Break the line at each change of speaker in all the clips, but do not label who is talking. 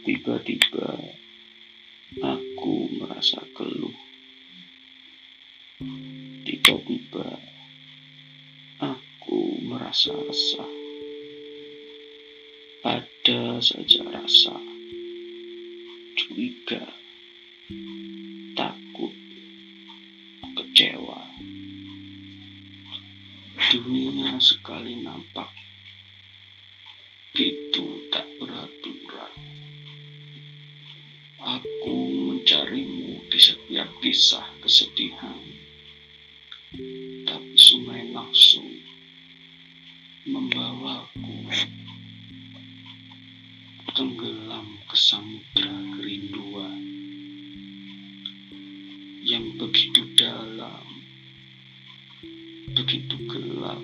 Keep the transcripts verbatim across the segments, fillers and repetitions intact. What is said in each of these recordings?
Tiba-tiba aku merasa geluh. Tiba-tiba aku merasa resah. Ada saja rasa curiga, takut, kecewa. Dunia sekali nampak itu tak beraturan. Aku mencarimu di setiap kisah kesedihan, tapi sungai nafsu membawaku tenggelam ke samudra kerinduan yang begitu dalam, begitu gelap,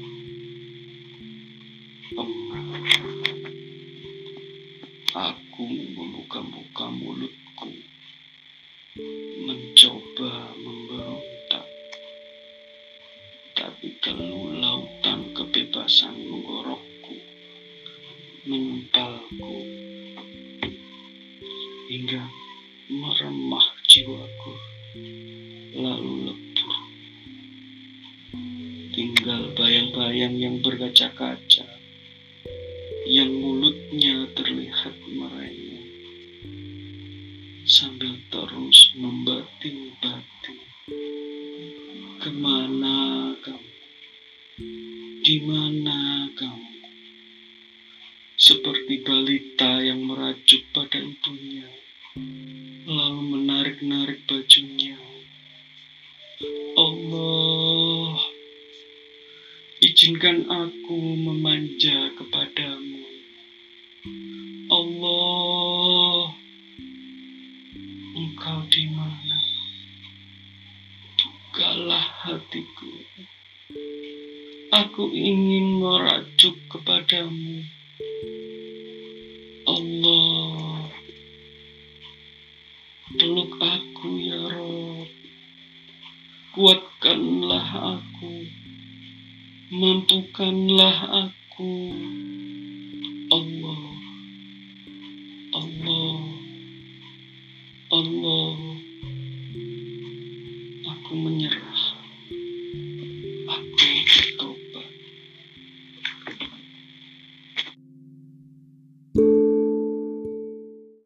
pengap. Aku membuka-buka mulutku, mencoba memberontak, tapi teluh lautan kebebasan menggorokku, menyempalku, hingga meremah jiwaku, lalu lebur. Tinggal bayang-bayang yang berkaca-kaca, yang mulutnya terlihat merengek, sambil terus membating-bating. Kemana kamu? Di mana kamu? Seperti balita yang merajuk pada ibunya, lalu menarik-narik bajunya. Allah, izinkan aku memanja kepadamu. Allah, Engkau di mana? Bukalah hatiku. Aku ingin merajuk kepadamu. Allah, peluk aku ya Rob. Kuatkanlah aku. Mampukanlah aku. Allah, Allah, Allah.